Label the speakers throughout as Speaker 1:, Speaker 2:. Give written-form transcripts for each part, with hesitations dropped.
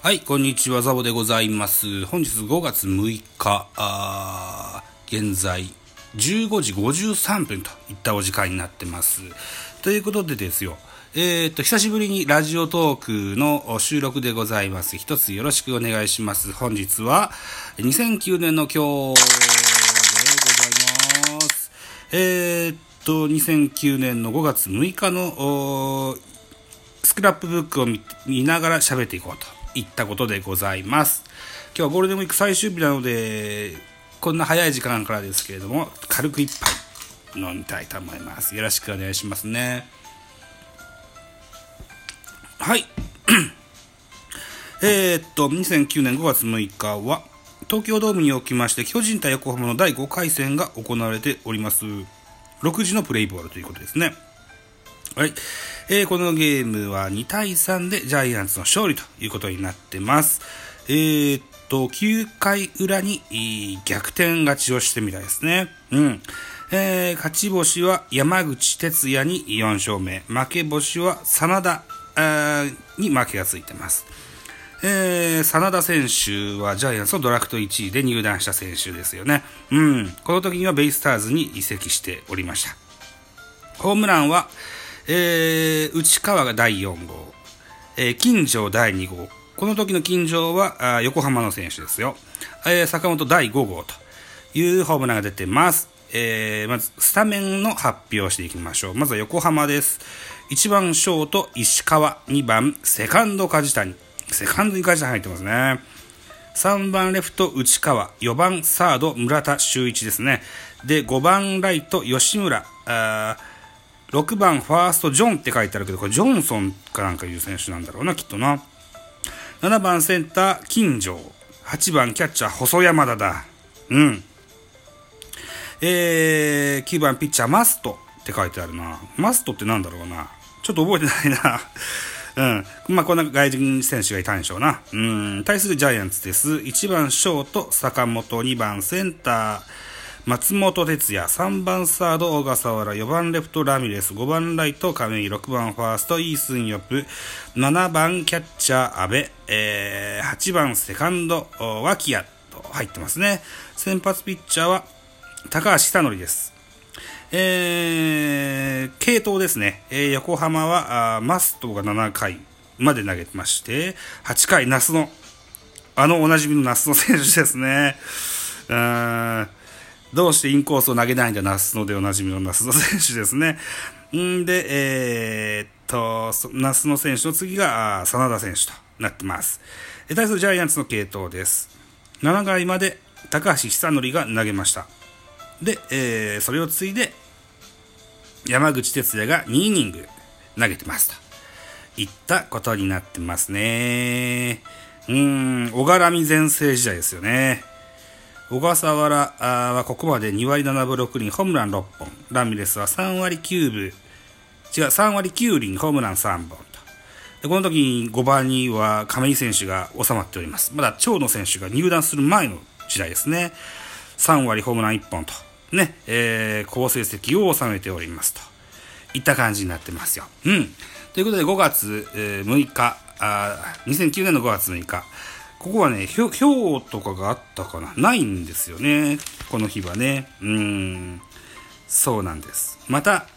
Speaker 1: はい、こんにちは、ザボでございます。本日5月6日、現在15時53分といったお時間になってます。ということでですよ、久しぶりにラジオトークの収録でございます。一つよろしくお願いします。本日は2009年の今日でございます。2009年の5月6日のスクラップブックを 見ながら喋っていこうといったことでございます。今日はゴールデンウィーク最終日なのでこんな早い時間からですけれども、軽く一杯飲みたいと思います。よろしくお願いしますね。はい。2009年5月6日は東京ドームにおきまして巨人対横浜の第5回戦が行われております。6時のプレイボールということですね。はい。このゲームは2対3でジャイアンツの勝利ということになってます。9回裏に逆転勝ちをしてみたいですね。勝ち星は山口哲也に4勝目、負け星は真田に負けがついてます。真田選手はジャイアンツのドラフト1位で入団した選手ですよね。この時にはベイスターズに移籍しておりました。ホームランは内川が第4号、金城第2号。この時の金城は横浜の選手ですよ。坂本第5号というホームランが出てます。まずスタメンの発表をしていきましょう。まずは横浜です。1番ショート石川、2番セカンド梶谷。セカンドに梶谷入ってますね。3番レフト内川、4番サード村田修一ですね。で5番ライト吉村、6番ファーストジョンって書いてあるけど、これジョンソンかなんかいう選手なんだろうな、きっとな。7番センター金城、8番キャッチャー細山田だ。9番ピッチャーマストって書いてあるな。マストってなんだろうな、ちょっと覚えてないな。こんな外人選手がいたんでしょうな。対するジャイアンツです。1番ショート坂本、2番センター松本哲也、3番サード小笠原、4番レフトラミレス、5番ライト亀井、6番ファーストイースンヨプ、7番キャッチャー阿部、8番セカンド脇谷と入ってますね。先発ピッチャーは高橋久典です。継投ですね。横浜はマストが7回まで投げてまして、8回那須のおなじみの那須の選手ですね。どうしてインコースを投げないんだ那須のでおなじみの那須の選手ですね。で那須の選手の次が真田選手となってます。対するジャイアンツの継投です。7回まで高橋久典が投げました。で、それを継いで山口哲也が2イニング投げてますといったことになってますね。小柄み全盛時代ですよね。小笠原はここまで2割7分6厘、ホームラン6本。ラミレスは3割9厘、ホームラン3本と。でこの時に5番には亀井選手が収まっております。まだ長野選手が入団する前の時代ですね。3割ホームラン1本とね、好成績を収めておりますといった感じになってますよ。ということで5月6日2009年の5月6日、ここはね、ひょうとかがあったかな、ないんですよね、この日はね。そうなんです。また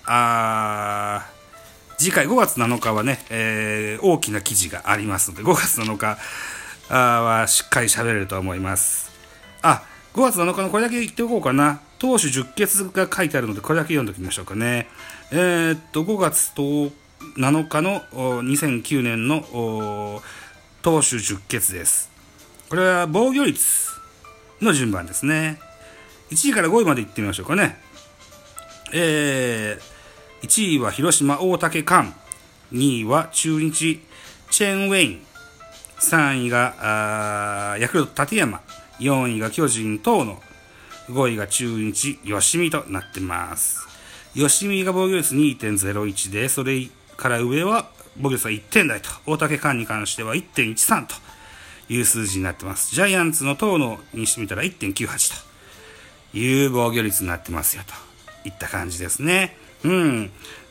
Speaker 1: 次回5月7日はね、大きな記事がありますので、5月7日はしっかり喋れると思います。5月7日のこれだけ言っておこうかな。投手10決が書いてあるので、これだけ読んでおきましょうかね。5月7日の2009年の投手10決です。これは防御率の順番ですね。1位から5位までいってみましょうかね。1位は広島大竹寛、2位は中日チェンウェイン、3位がヤクルト立山、4位が巨人東野、5位が中日吉見となってます。吉見が防御率 2.01 で、それから上は防御率は1点台と、大竹寛に関しては 1.13 という数字になってます。ジャイアンツの東野にしてみたら 1.98 という防御率になってますよといった感じですね。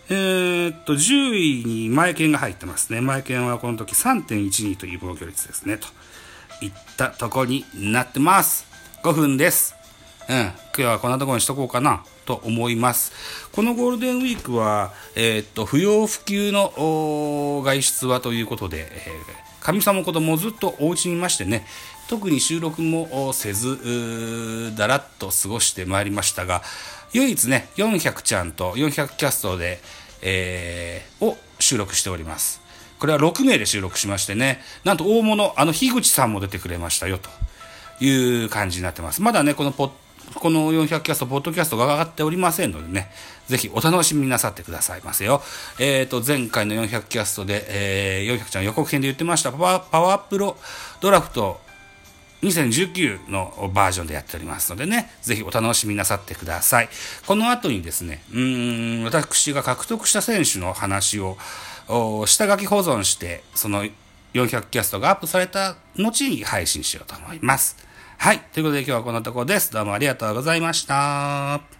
Speaker 1: 10位に前剣が入ってますね。前剣はこの時 3.12 という防御率ですね。といったところになってます。5分です。今日はこんなところにしとこうかなと思います。このゴールデンウィークは、不要不急の外出はということで、神様子供もずっとお家にいましてね、特に収録もせずだらっと過ごしてまいりましたが、唯一ね400ちゃんと400キャストで、を収録しております。これは6名で収録しましてね、なんと大物樋口さんも出てくれましたよという感じになってます。まだねこの400キャストポッドキャストが上がっておりませんのでね、ぜひお楽しみなさってくださいませよ。前回の400キャストで、400ちゃん予告編で言ってましたパワープロドラフト2019のバージョンでやっておりますのでね、ぜひお楽しみなさってください。この後にですね、私が獲得した選手の話を下書き保存して、その400キャストがアップされた後に配信しようと思います。はい。ということで今日はこんなところです。どうもありがとうございました。